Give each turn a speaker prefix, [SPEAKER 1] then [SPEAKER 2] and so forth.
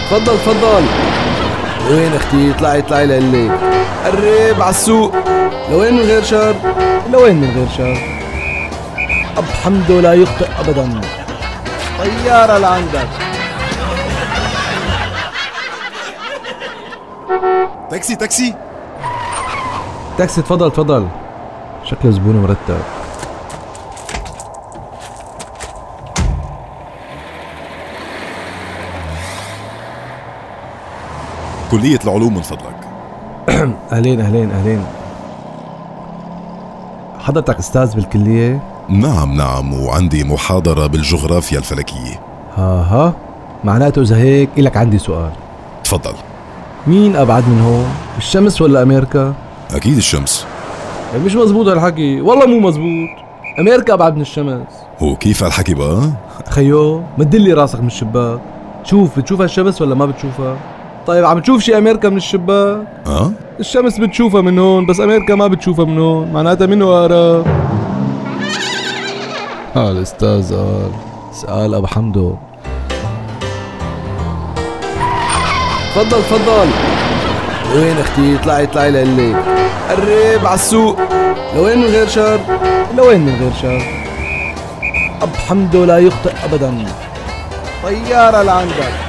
[SPEAKER 1] تفضل تفضل. لوين اختي؟ اطلعي لقلك. قرب عالسوق. لوين من غير شر؟
[SPEAKER 2] لوين من غير شر؟ أب حمدو لا يخطئ أبدا.
[SPEAKER 1] طيارة لعندك.
[SPEAKER 3] تاكسي
[SPEAKER 2] تاكسي تفضل. شكله زبون مرتب.
[SPEAKER 3] كلية العلوم من فضلك.
[SPEAKER 2] أهلين. حضرتك أستاذ بالكلية؟
[SPEAKER 3] نعم، وعندي محاضرة بالجغرافيا الفلكية.
[SPEAKER 2] ها معناته إذا هيك إلك عندي سؤال.
[SPEAKER 3] تفضل.
[SPEAKER 2] مين أبعد من هون؟ الشمس ولا أمريكا؟
[SPEAKER 3] أكيد الشمس.
[SPEAKER 2] مش مزبوط هالحكي، والله مو مزبوط. أمريكا أبعد من الشمس.
[SPEAKER 3] هو كيف هالحكي بقى؟
[SPEAKER 2] خيو مدلي راسك من الشباك. بتشوف الشمس ولا ما بتشوفها؟ طيب عم تشوف شي أمريكا من الشباك؟ الشمس بتشوفها من هون بس أمريكا ما بتشوفها من هون، معناتها منو أقرب؟ الأستاذ سأل أبو حمدو.
[SPEAKER 1] تفضل. لوين اختي؟ اطلعي لقلك. قرب عالسوق. لوين من غير شر؟
[SPEAKER 2] لوين من غير شر؟ أب حمدو لا يخطئ أبدا.
[SPEAKER 1] طيارة لعندك.